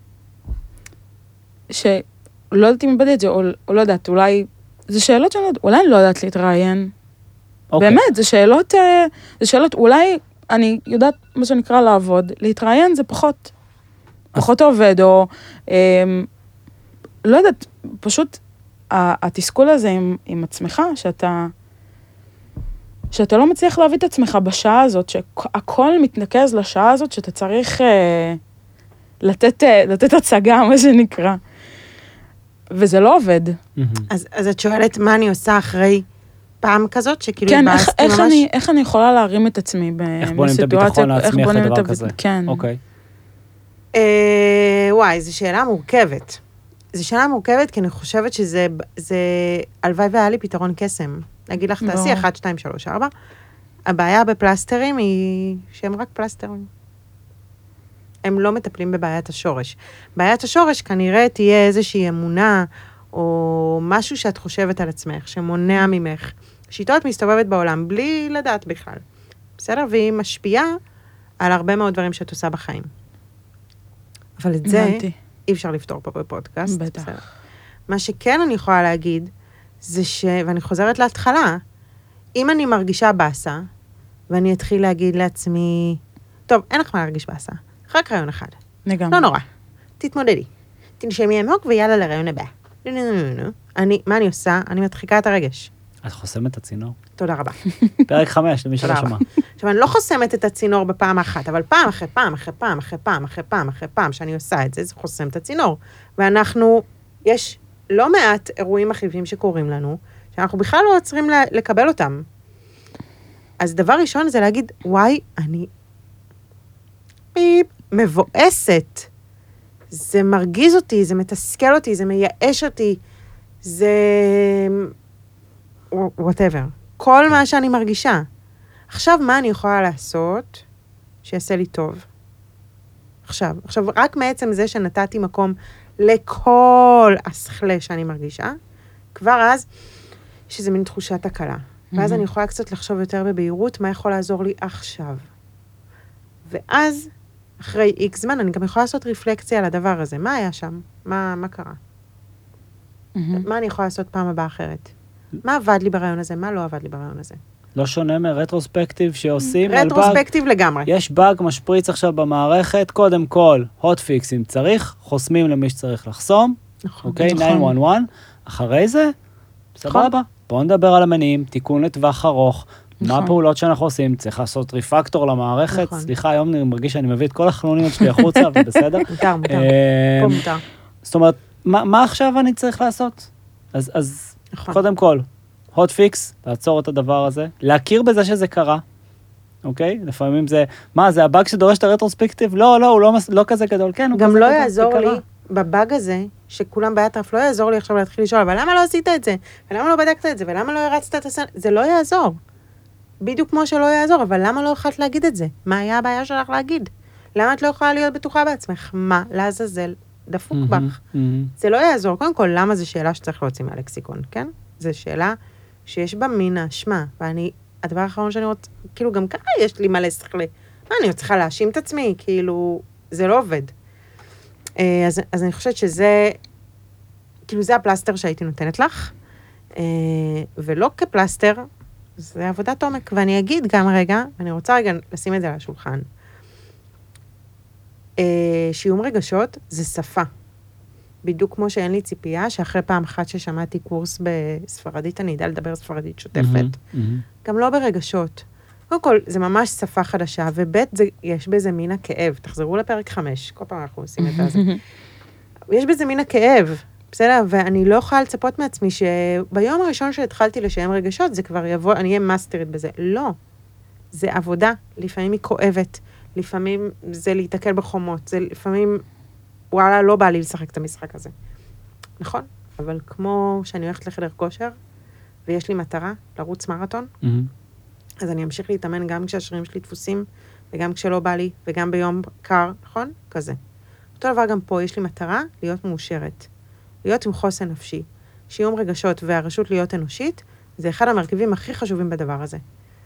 שלא יודעת אם איבדתי את זה, או, או לא יודעת, אולי, זה שאלות שאני לא יודעת, אולי אני לא יודעת להתראיין. אוקיי. באמת, זה שאלות, אה, זה שאלות, אולי אני יודעת מה שנקרא לעבוד, להתראיין זה פחות, פחות עובד, או אה, לא יודעת, פשוט ה- התסכול הזה עם, עם עצמך, שאתה, שאתה לא מצליח להביא את עצמך בשעה הזאת, שהכל מתנקז לשעה הזאת, שאתה צריך אה, לתת, אה, לתת הצגה, מה שנקרא. וזה לא עובד. מהמם. אז, אז את שואלת מה אני עושה אחרי פעם כזאת, שכאילו כן, איך, התבאסתי איך, ממש? אני, איך אני יכולה להרים את עצמי איך בונים את בסיטואציה, הביטחון איך העצמי אחרי בונים את דבר הב- כזה? כן. אוקיי. אה, וואי, זו שאלה מורכבת. זו שאלה מורכבת, כי אני חושבת שזה, זה, הלוואי והיה לי פתרון קסם. להגיד לך, תעשי ברור. אחת, שתיים, שלוש, ארבע. הבעיה בפלסטרים היא שהם רק פלסטרים. הם לא מטפלים בבעיית השורש. בעיית השורש כנראה תהיה איזושהי אמונה, או משהו שאת חושבת על עצמך, שמונע ממך. שיטות מסתובבת בעולם, בלי לדעת בכלל. בסדר? והיא משפיעה על הרבה מאוד דברים שאת עושה בחיים. אבל את זה הבנתי. אי אפשר לפתור פה בפודקאסט. בטח. בסדר. מה שכן אני יכולה להגיד, זה ש... ואני חוזרת להתחלה, אם אני מרגישה באסה, ואני אתחיל להגיד לעצמי, טוב, אין לך מה להרגיש באסה, רק רעיון אחד. לגמרי. לא נורא, תתמודדי. תנשמי עמוק ויאללה לרעיון הבא. נו, נו, נו, נו. אני, מה אני עושה? אני מדחיקה את הרגש. את חוסמת את הצינור? תודה רבה. פרק חמש, למי שלא שמע. עכשיו, אני לא חוסמת את הצינור בפעם אחת, אבל פעם אחרי פעם, אחרי פעם, אחרי פעם, אחרי פעם, אחרי פעם, שאני עושה את זה, זה חוסם את הצינור. ואנחנו, יש לא מעט אירועים מכאיבים שקורים לנו, שאנחנו בכלל לא עוצרים לקבל אותם. אז דבר ראשון זה להגיד, וואי, אני פיפ, מבואסת. זה מרגיז אותי, זה מתסכל אותי, זה מייאש אותי, זה whatever. כל מה שאני מרגישה. עכשיו, מה אני יכולה לעשות שיעשה לי טוב? עכשיו, עכשיו, רק מעצם זה שנתתי מקום לכל השכלה שאני מרגישה, כבר אז, שזה מין תחושת הקלה. ואז אני יכולה קצת לחשוב יותר בבהירות, מה יכול לעזור לי עכשיו. ואז, אחרי איקס זמן, אני גם יכולה לעשות רפלקציה על הדבר הזה. מה היה שם? מה, מה קרה? מה אני יכולה לעשות פעם הבאה אחרת? מה עבד לי ברעיון הזה? מה לא עבד לי ברעיון הזה? לא שונה מרטרוספקטיב שעושים על באג. רטרוספקטיב לגמרי. יש באג משפריץ עכשיו במערכת, קודם כל, hot fix אם צריך, חוסמים למי שצריך לחסום, אוקיי, תשע אחת אחת, אחרי זה, סבבה, בואו נדבר על המניעים, תיקון לטווח ארוך, מה הפעולות שאנחנו עושים, צריך לעשות ריפקטור למערכת, סליחה, היום אני מרגיש שאני מביא את כל החלוניות שלי החוצה, ובסדר. מותר, מותר, פה מותר. זאת אומרת, מה עכשיו אני צריך לעשות? אז קודם כל, hot fix, לעצור את הדבר הזה, להכיר בזה שזה קרה, אוקיי? לפעמים זה, מה, זה הבאג שדורש את הרטרוספקטיב? לא, לא, הוא לא, לא כזה גדול, כן, הוא כזה גדול. גם לא יעזור לי בבאג הזה, שכולם באטרף, לא יעזור לי עכשיו להתחיל לשאול, אבל למה לא עשית את זה? ולמה לא בדקת את זה? ולמה לא הרצת את הסנ... זה לא יעזור. בדיוק כמו שלא יעזור, אבל למה לא יכולת להגיד את זה? מה היה הבעיה שלך להגיד? למה את לא יכולה להיות בטוחה בעצמך? מה, לעזאזל, דפוק בך. זה לא יעזור. קודם כל, למה זו שאלה שצריך להוציא מהלקסיקון, כן? זו שאלה שיש בה מין האשמה, ואני, הדבר האחרון שאני רוצה, כאילו גם ככה יש לי מלא שכלי. מה, אני צריכה להאשים את עצמי? כאילו, זה לא עובד. אז, אז אני חושבת שזה, כאילו זה הפלסטר שהייתי נותנת לך, ולא כפלסטר, זה עבודת עומק. ואני אגיד גם רגע, אני רוצה רגע לשים את זה על השולחן, שיום רגשות זה שפה. בדיוק כמו שאין לי ציפייה, שאחרי פעם אחת ששמעתי קורס בספרדית, אני אדע לדבר ספרדית שוטפת. גם לא ברגשות. קודם כל, זה ממש שפה חדשה, ובית, יש בזה מין הכאב. תחזרו לפרק חמש, כל פעם אנחנו עושים את זה. יש בזה מין הכאב, בסדר? ואני לא יכולה לצפות מעצמי שביום הראשון שהתחלתי לשיים רגשות, זה כבר יבוא, אני אהיה מאסטרית בזה. לא. זה עבודה, לפעמים היא כואבת, לפעמים זה להתקל בחומות, זה לפעמים, וואלה, לא בא לי לשחק את המשחק הזה. נכון? אבל כמו שאני הולכת לחדר כושר, ויש לי מטרה, לרוץ מרתון, אז אני אמשיך להתאמן גם כשהשרירים שלי דפוסים, וגם כשלא בא לי, וגם ביום קר, נכון? כזה. אותו דבר גם פה, יש לי מטרה להיות מאושרת, להיות עם חוסן נפשי, שיום רגשות והרשות להיות אנושית, זה אחד המרכיבים הכי חשובים בדבר הזה.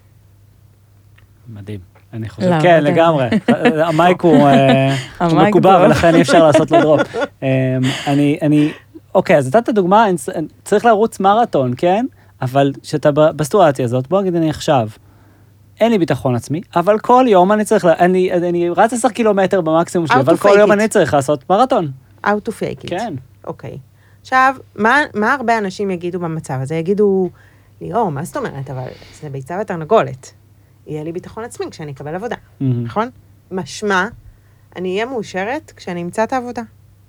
מדהים. אני חושב, כן, לגמרי. המייק הוא מקובע, ולכן אי אפשר לעשות לו דרופ. אני, אני, אוקיי, אז נתת דוגמה, צריך לרוץ מרתון, כן? אבל שאתה בסיטואציה הזאת, בוא נגיד אני עכשיו, אין לי ביטחון עצמי, אבל כל יום אני צריך, אני, אני רץ עשרה קילומטר במקסימום שלי, אבל כל יום אני צריך לעשות מרתון. How to fake it. כן. אוקיי. עכשיו, מה, מה הרבה אנשים יגידו במצב הזה? יגידו, ליאור, מה זאת אומרת? אבל זה ביצה ותרנגולת. יהיה לי ביטחון עצמי כשאני אקבל עבודה, נכון? משמע, אני אהיה מאושרת כשאני אמצא את העבודה.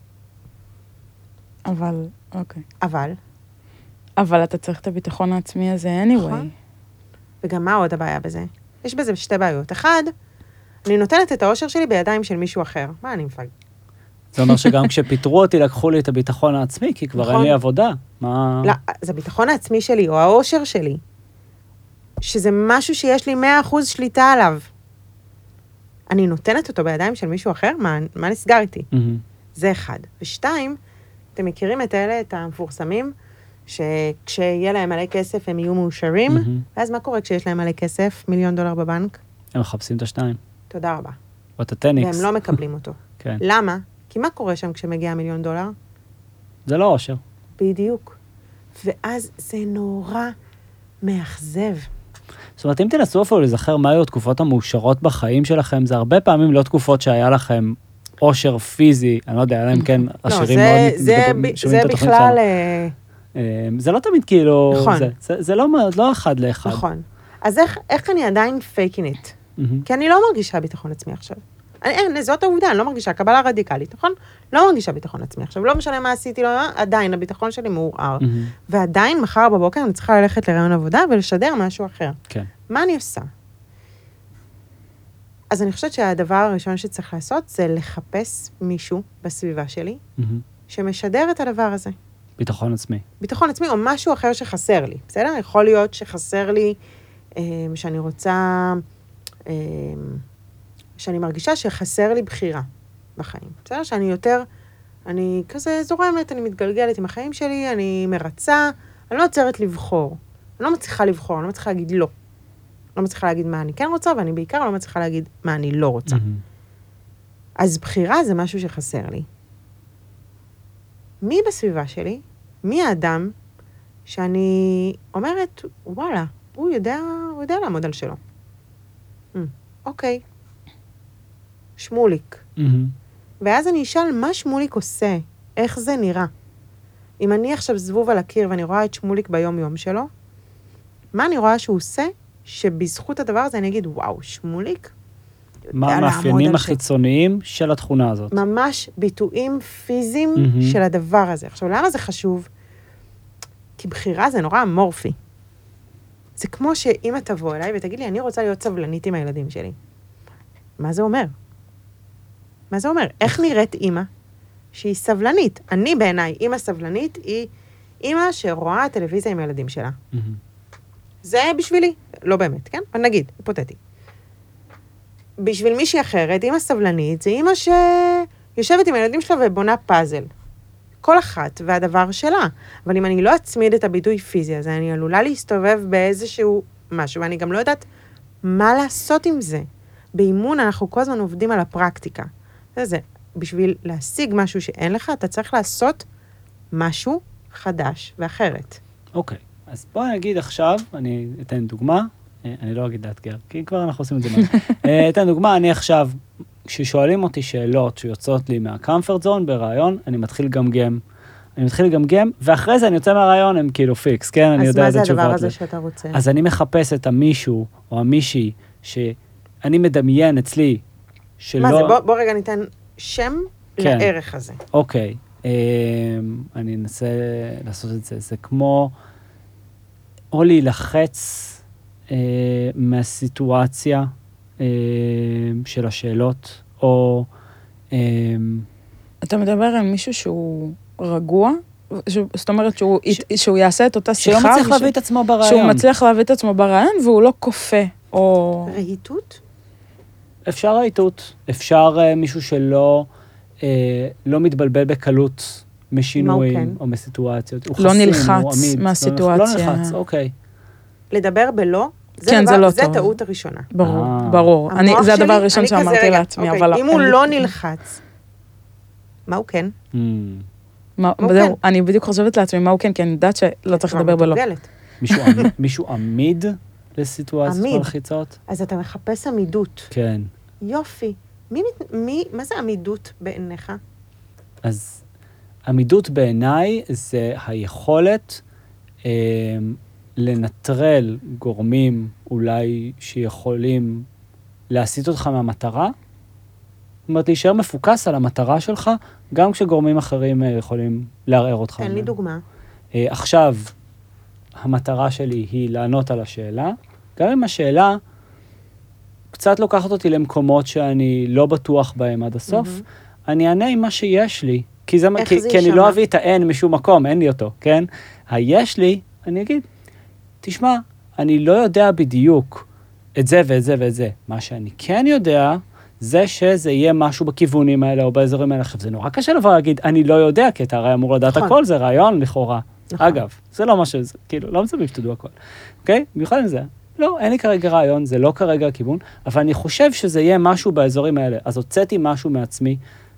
אבל, אוקיי. אבל? אבל אתה צריך את הביטחון העצמי הזה anyway. וגם מה עוד הבעיה בזה? יש בזה שתי בעיות. אחד, אני נותנת את האושר שלי בידיים של מישהו אחר. מה אני מפג? זה אומר שגם כשפיטרו אותי, לקחו לי את הביטחון העצמי, כי כבר אין לי עבודה. מה? לא, זה הביטחון העצמי שלי, או האושר שלי. שזה משהו שיש לי מאה אחוז שליטה עליו. אני נותנת אותו בידיים של מישהו אחר? מה, מה נסגר איתי? Mm-hmm. זה אחד. ושתיים, אתם מכירים את אלה, את המפורסמים, שכשיהיה להם מלא כסף הם יהיו מאושרים, mm-hmm. ואז מה קורה כשיש להם מלא כסף, מיליון דולר בבנק? הם מחפשים את השתיים. תודה רבה. או את הטניקס. והם לא מקבלים אותו. כן. למה? כי מה קורה שם כשמגיע מיליון דולר? זה לא אושר. בדיוק. ואז זה נורא מאכזב. זאת אומרת, אם תנסו אפילו לזכר מה היו התקופות המאושרות בחיים שלכם, זה הרבה פעמים לא תקופות שהיה לכם אושר פיזי, אני לא יודע, אלא אם כן עשירים מאוד שומעים את התוכנית שלנו. זה בכלל זה לא תמיד כאילו, נכון. זה, זה, זה לא, לא אחד לאחד. נכון. אז איך, איך אני עדיין פייקינית? Mm-hmm. כי אני לא מרגישה ביטחון עצמי עכשיו. אני, אין, זאת העובדה, אני לא מרגישה, קבלה רדיקלית, נכון? לא מרגישה ביטחון עצמי עכשיו, לא משנה מה עשיתי, לא, עדיין הביטחון שלי מעורער. Mm-hmm. ועדיין מחר בבוקר אני צריכה ללכת לרעיון עבודה ולשדר משהו אחר. כן. מה אני עושה? אז אני חושבת שהדבר הראשון שצריך לעשות זה לחפש מישהו בסביבה שלי, Mm-hmm. שמשדר את הדבר הזה. ביטחון עצמי. ביטחון עצמי או משהו אחר שחסר לי, בסדר? יכול להיות שחסר לי, אה, שאני רוצה, אה, שאני מרגישה שחסר לי בחירה בחיים. בסדר? שאני יותר, אני כזה זורמת, אני מתגלגלת עם החיים שלי, אני מרצה, אני לא עוצרת לבחור. אני לא מצליחה לבחור, אני לא מצליחה להגיד לא. לא מצליחה להגיד מה אני כן רוצה, ואני בעיקר לא מצליחה להגיד מה אני לא רוצה. Mm-hmm. אז בחירה זה משהו שחסר לי. מי בסביבה שלי? מי האדם שאני אומרת, וואלה, הוא יודע, הוא יודע לעמוד על שלו. Mm, אוקיי. שמוליק. Mm-hmm. ואז אני אשאל מה שמוליק עושה, איך זה נראה. אם אני עכשיו זבוב על הקיר ואני רואה את שמוליק ביום-יום שלו, מה אני רואה שהוא עושה, שבזכות הדבר הזה אני אגיד, וואו, שמוליק מה המאפיינים החיצוניים של התכונה הזאת? ממש ביטויים פיזיים Mm-hmm. של הדבר הזה. עכשיו, למה זה חשוב? כי בחירה זה נורא אמורפי. זה כמו שאמא תבוא אליי ותגיד לי, אני רוצה להיות סבלנית עם הילדים שלי. מה זה אומר? מה זה אומר? איך נראית אמא שהיא סבלנית? אני בעיניי, אמא סבלנית היא אמא שרואה טלוויזיה עם הילדים שלה. Mm-hmm. זה בשבילי, לא באמת, כן? אבל נגיד, היפותטי. בשביל מישהי אחרת, אמא סבלנית, זה אמא שיושבת עם הילדים שלה ובונה פאזל. כל אחת והדבר שלה. אבל אם אני לא אצמיד את הביטוי פיזי הזה, אני עלולה להסתובב באיזשהו משהו, ואני גם לא יודעת מה לעשות עם זה. באימון אנחנו כל הזמן עובדים על הפרקטיקה. זה זה, בשביל להשיג משהו שאין לך, אתה צריך לעשות משהו חדש ואחרת. אוקיי, אז בואו נגיד עכשיו, אני אתן דוגמה, אני לא אגיד לאתגר, כי כבר אנחנו עושים את זה. אתן דוגמה, אני עכשיו, כששואלים אותי שאלות שיוצאות לי מהקומפורט זון ברעיון, אני מתחיל לגמגם. אני מתחיל לגמגם, ואחרי זה אני יוצא מהרעיון, הם כאילו פיקס, כן? אני יודע איזה תשובות. אז מה זה הדבר הזה שאתה רוצה? אז אני מחפש את המישהו או המישהי שאני מדמיין אצלי שלא... מה זה? בוא, בוא רגע ניתן שם כן. לערך הזה. אוקיי. אני אנסה לעשות את זה. זה כמו או להילחץ מהסיטואציה של השאלות, או... אתה מדבר על מישהו שהוא רגוע? זאת אומרת שהוא, ש... שהוא יעשה את אותה שיחה. שלא מצליח להביא את עצמו ברעיון. שהוא מצליח להביא את עצמו ברעיון, והוא לא קופה, או... רהיטות? אפשר רהיטות. אפשר uh, מישהו שלא uh, לא מתבלבל בקלות משינויים, או מסיטואציות. הוא לא חסין, נלחץ הוא עמיד. מהסיטואציה. לא נלחץ, אוקיי. לדבר בלא? זה כן, דבר, זה לא זה טוב. זה טעות הראשונה. ברור, אה. ברור. אני, זה הדבר הראשון שאמרתי רגע, לעצמי, אוקיי, אבל... אם הוא אני... לא נלחץ, מה הוא כן? Mm. מה, הוא זהו, כן? אני בדיוק חושבת לעצמי מה הוא כן, כי אני יודעת שלא צריך לדבר בלא. מתורגלת. מישהו, עמ- מישהו עמיד לסיטואציות עמיד. מלחיצות? אז אתה מחפש עמידות. כן. יופי. מי, מת- מי, מה זה עמידות בעיניך? אז עמידות בעיניי זה היכולת אה, לנטרל גורמים אולי שיכולים להסיט אותך מהמטרה. זאת אומרת, להישאר מפוקס על המטרה שלך, גם כשגורמים אחרים אה, יכולים לערער אותך. תן לי דוגמה. אה, עכשיו, המטרה שלי היא לענות על השאלה, גם אם השאלה קצת לוקחת אותי למקומות שאני לא בטוח בהם עד הסוף, Mm-hmm. אני אענה עם מה שיש לי, כי, זה, איך כי, זה כי אני יישמע? לא אביא את האין משום מקום, אין לי אותו, כן? היש לי, אני אגיד, תשמע, אני לא יודע בדיוק את זה ואת זה ואת זה. מה שאני כן יודע, זה שזה יהיה משהו בכיוונים האלה או באזורים האלה. עכשיו, זה נורא קשה לבוא להגיד, אני לא יודע, כי אתה הרי אמור לדעת נכון. הכל, זה רעיון לכאורה. נכון. אגב, זה לא מה שזה, כאילו, לא מצבים שתדעו הכל. אוקיי? במיוחד עם זה. לא, אין לי כרגע רעיון, זה לא כרגע הכיוון, אבל אני חושב שזה יהיה משהו באזורים האלה. אז הוצאתי משהו מעצמי.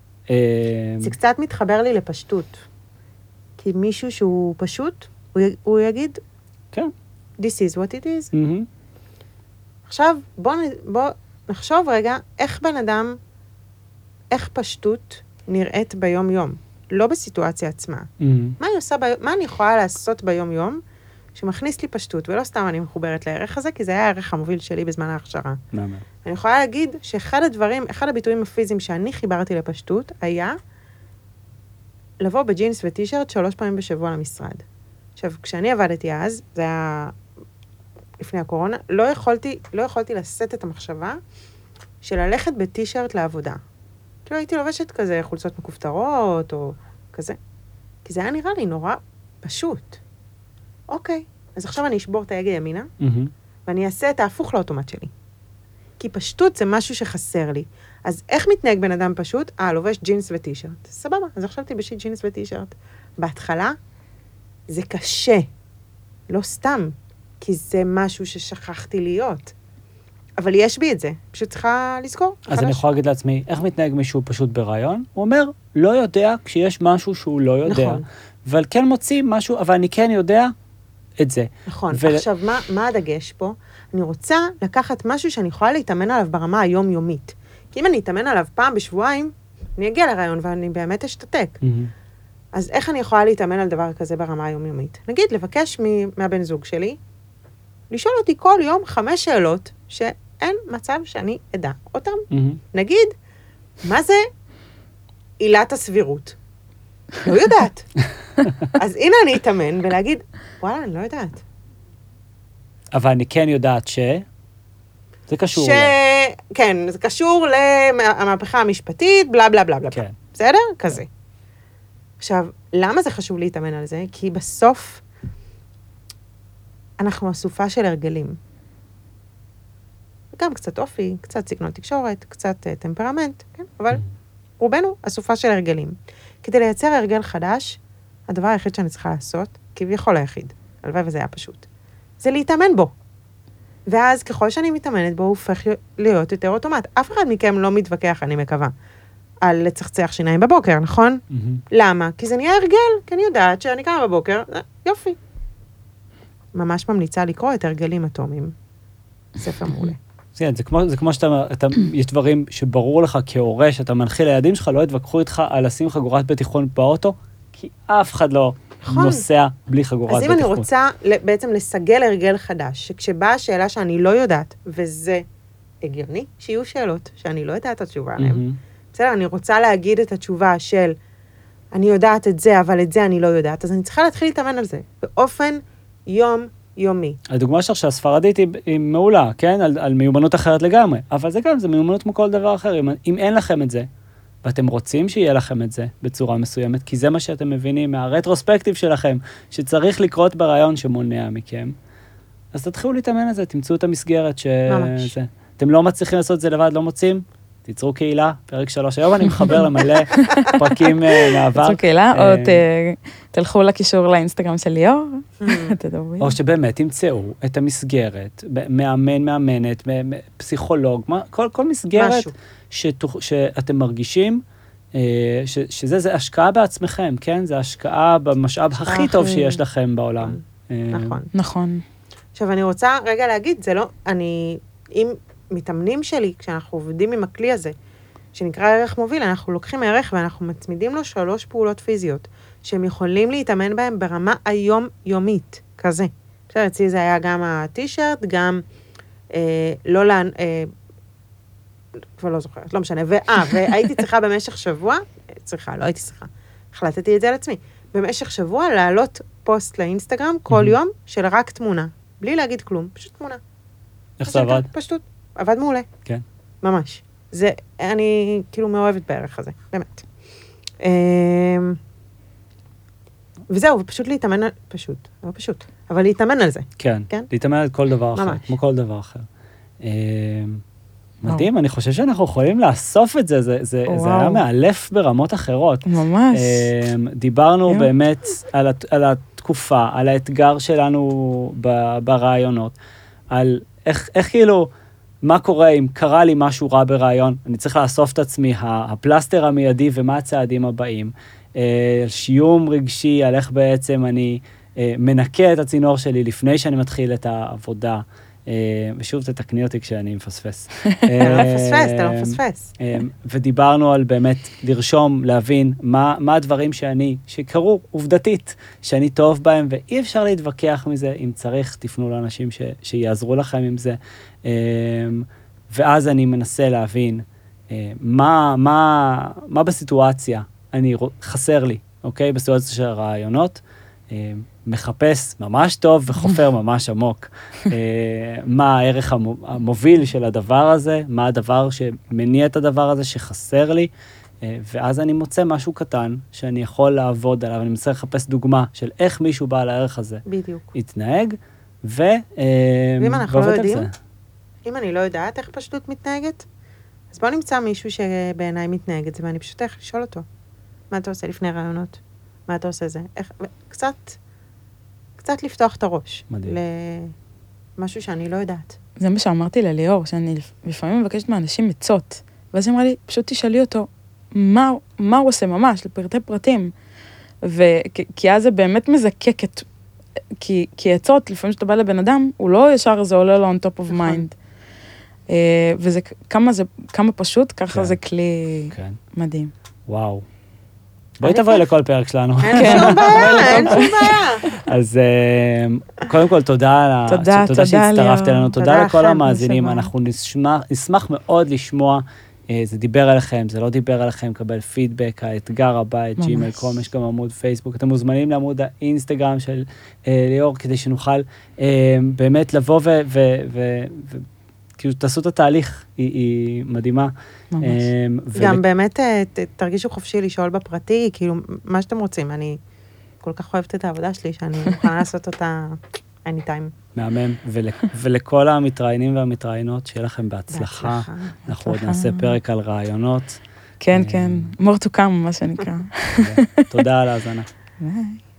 זה קצת מתחבר לי לפשטות. כי מישהו שהוא פשוט, הוא, י- הוא יגיד, כן. this is what it is. מהמם. עכשיו, בוא, נ- בוא נחשוב רגע, איך בן אדם, איך פשטות נראית ביום-יום. לא בסיטואציה עצמה. Mm-hmm. מה אני עושה, ב... מה אני יכולה לעשות ביום-יום, שמכניס לי פשטות, ולא סתם אני מחוברת לערך הזה, כי זה היה הערך המוביל שלי בזמן ההכשרה. מאמן. אני יכולה להגיד שאחד הדברים, אחד הביטויים הפיזיים שאני חיברתי לפשטות, היה לבוא בג'ינס וטישרט שלוש פעמים בשבוע למשרד. עכשיו, כשאני עבדתי אז, זה היה לפני הקורונה, לא יכולתי, לא יכולתי לשאת את המחשבה של ללכת בטישרט לעבודה. כאילו הייתי לובשת כזה חולצות מכופתרות, או כזה. כי זה היה נראה לי נורא פשוט. אוקיי, אז עכשיו אני אשבור את ההגה ימינה, Mm-hmm. ואני אעשה את ההפוך לאוטומט שלי. כי פשטות זה משהו שחסר לי. אז איך מתנהג בן אדם פשוט? אה, לובש ג'ינס וטישרט. סבבה, אז עכשיו תלבשי ג'ינס וטישרט. בהתחלה, זה קשה. לא סתם, כי זה משהו ששכחתי להיות. אבל יש בי את זה, פשוט צריכה לזכור. אז אני יכולה להגיד לעצמי, איך מתנהג מישהו פשוט ברעיון? הוא אומר, לא יודע כשיש משהו שהוא לא יודע. נכון. אבל כן מוציא משהו, אבל אני כן יודע את זה. נכון. ו... עכשיו, מה, מה הדגש פה? אני רוצה לקחת משהו שאני יכולה להתאמן עליו ברמה היומיומית. כי אם אני אתאמן עליו פעם בשבועיים, אני אגיע לרעיון ואני באמת אשתתק. Mm-hmm. אז איך אני יכולה להתאמן על דבר כזה ברמה היומיומית? נגיד, לבקש מהבן זוג שלי, לשאול אותי כל יום חמש שאלות שאין מצב שאני אדע אותם. Mm-hmm. נגיד, מה זה עילת הסבירות? לא יודעת. אז הנה אני אתאמן ולהגיד, וואלה, אני לא יודעת. אבל אני כן יודעת ש... זה קשור. ש... ל... כן, זה קשור למהפכה המשפטית, בלה בלה בלה בלה. כן. בסדר? כזה. עכשיו, למה זה חשוב להתאמן על זה? כי בסוף אנחנו אסופה של הרגלים. גם קצת אופי, קצת סגנון תקשורת, קצת uh, טמפרמנט, כן? אבל רובנו אסופה של הרגלים. כדי לייצר הרגל חדש, הדבר היחיד שאני צריכה לעשות, כביכול היחיד, הלוואי וזה היה פשוט, זה להתאמן בו. ואז ככל שאני מתאמנת בו, הוא הופך להיות יותר אוטומט. אף אחד מכם לא מתווכח, אני מקווה, על לצחצח שיניים בבוקר, נכון? Mm-hmm. למה? כי זה נהיה הרגל, כי אני יודעת שאני קמה בבוקר, יופי. ממש ממליצה לקרוא את הרגלים אטומיים. ספר מעולה. כן, זה כמו, זה כמו שאתה, אתה, יש דברים שברור לך כהורה, שאתה מנחיל לילדים שלך, לא יתווכחו איתך על לשים חגורת בטיחון באוטו, כי אף אחד לא נכון. נוסע בלי חגורת בטיחון. אז אם אני רוצה בעצם לסגל הרגל חדש, שכשבאה השאלה שאני לא יודעת, וזה הגיוני, שיהיו שאלות שאני לא יודעת את התשובה עליהן. Mm-hmm. בסדר, אני רוצה להגיד את התשובה של, אני יודעת את זה, אבל את זה אני לא יודעת, אז אני צריכה להתחיל להתאמן על זה, באופן יום יומי. הדוגמה שלך שהספרדית היא, היא מעולה, כן? על, על מיומנות אחרת לגמרי, אבל זה גם, זה מיומנות כמו כל דבר אחר. אם, אם אין לכם את זה, ואתם רוצים שיהיה לכם את זה בצורה מסוימת, כי זה מה שאתם מבינים מהרטרוספקטיב שלכם, שצריך לקרות ברעיון שמונע מכם, אז תתחילו להתאמן על זה, תמצאו את המסגרת ש... ממש. זה. אתם לא מצליחים לעשות את זה לבד, לא מוצאים? תיצרו קהילה, פרק שלוש. היום אני מחבר למלא פרקים מעבר. תיצרו קהילה, או תלכו לקישור לאינסטגרם של ליאור, תדברו. או שבאמת תמצאו את המסגרת, מאמן, מאמנת, פסיכולוג, כל מסגרת שאתם מרגישים, שזה זה השקעה בעצמכם, כן? זה השקעה במשאב הכי טוב שיש לכם בעולם. נכון. נכון. עכשיו, אני רוצה רגע להגיד, זה לא, אני, אם מתאמנים שלי, כשאנחנו עובדים עם הכלי הזה, שנקרא ערך מוביל, אנחנו לוקחים ערך ואנחנו מצמידים לו שלוש פעולות פיזיות, שהם יכולים להתאמן בהם ברמה היום-יומית, כזה. בסדר, אצלי זה היה גם הטישרט, גם אה, לא לאן, אה, כבר לא זוכרת, לא משנה, ואה, והייתי צריכה במשך שבוע, צריכה, לא הייתי צריכה, החלטתי את זה על עצמי, במשך שבוע להעלות פוסט לאינסטגרם כל יום של רק תמונה, בלי להגיד כלום, פשוט תמונה. איך זה עבד? פשוט, עבד מעולה. כן. ממש. זה, אני כאילו מאוהבת בערך הזה, באמת. וזהו, ופשוט להתאמן, פשוט, לא פשוט, אבל להתאמן על זה. כן, להתאמן על כל דבר אחר, כמו כל דבר אחר. מדהים, אני חושב שאנחנו יכולים לאסוף את זה, זה היה מאלף ברמות אחרות. ממש. דיברנו באמת על התקופה, על האתגר שלנו ברעיונות, על איך כאילו, מה קורה אם קרה לי משהו רע ברעיון, אני צריך לאסוף את עצמי, הפלסטר המיידי ומה הצעדים הבאים, שיום רגשי, על איך בעצם אני מנקה את הצינור שלי לפני שאני מתחיל את העבודה, ושוב תתקני אותי כשאני מפספס. אתה לא מפספס, אתה לא מפספס. ודיברנו על באמת לרשום, להבין מה, מה הדברים שאני, שקרו עובדתית, שאני טוב בהם, ואי אפשר להתווכח מזה, אם צריך, תפנו לאנשים ש, שיעזרו לכם עם זה. ואז אני מנסה להבין מה, מה, מה בסיטואציה אני חסר לי, אוקיי? בסיטואציה של הרעיונות, מחפש ממש טוב וחופר ממש עמוק. מה הערך המוביל של הדבר הזה, מה הדבר שמניע את הדבר הזה שחסר לי, ואז אני מוצא משהו קטן שאני יכול לעבוד עליו, אני מנסה לחפש דוגמה של איך מישהו בעל הערך הזה בדיוק. יתנהג, ו... ואם אנחנו לא יודעים, אם אני לא יודעת איך פשטות מתנהגת, אז בוא נמצא מישהו שבעיניי מתנהג את זה, ואני פשוט איך לשאול אותו, מה אתה עושה לפני רעיונות? מה אתה עושה זה? איך... קצת... קצת לפתוח את הראש. מדהים. למשהו שאני לא יודעת. זה מה שאמרתי לליאור, שאני לפעמים מבקשת מאנשים עצות, ואז היא אמרה לי, פשוט תשאלי אותו, מה, מה הוא עושה ממש, לפרטי פרטים. וכי אז זה באמת מזקק את... כי, כי עצות, לפעמים שאתה בא לבן אדם, הוא לא ישר, זה עולה לו on top of mind. וזה כמה, זה, כמה פשוט, ככה כן. זה כלי כן. מדהים. וואו. בואי תבואי לכל פרק שלנו. אין שום בעיה, אין שום בעיה. אז קודם כל, תודה, תודה, תודה שהצטרפת אלינו, תודה לכל המאזינים, נשמה. אנחנו נשמח, נשמח מאוד לשמוע, זה דיבר עליכם, זה לא דיבר עליכם, קבל פידבק, האתגר הבא, את ג'ימייל קום, יש גם עמוד פייסבוק, אתם מוזמנים לעמוד האינסטגרם של ליאור, כדי שנוכל באמת לבוא ו... כאילו, תעשו את התהליך, היא, היא מדהימה. ממש. גם ול... באמת, ת, תרגישו חופשי לשאול בפרטי, כאילו, מה שאתם רוצים. אני כל כך אוהבת את העבודה שלי, שאני מוכנה לעשות אותה anytime. מהמם, ול, ולכל המתראיינים והמתראיינות, שיהיה לכם בהצלחה. בהצלחה. אנחנו עוד נעשה פרק על רעיונות. כן, כן, more to come, מה שנקרא. תודה על ההאזנה. ביי.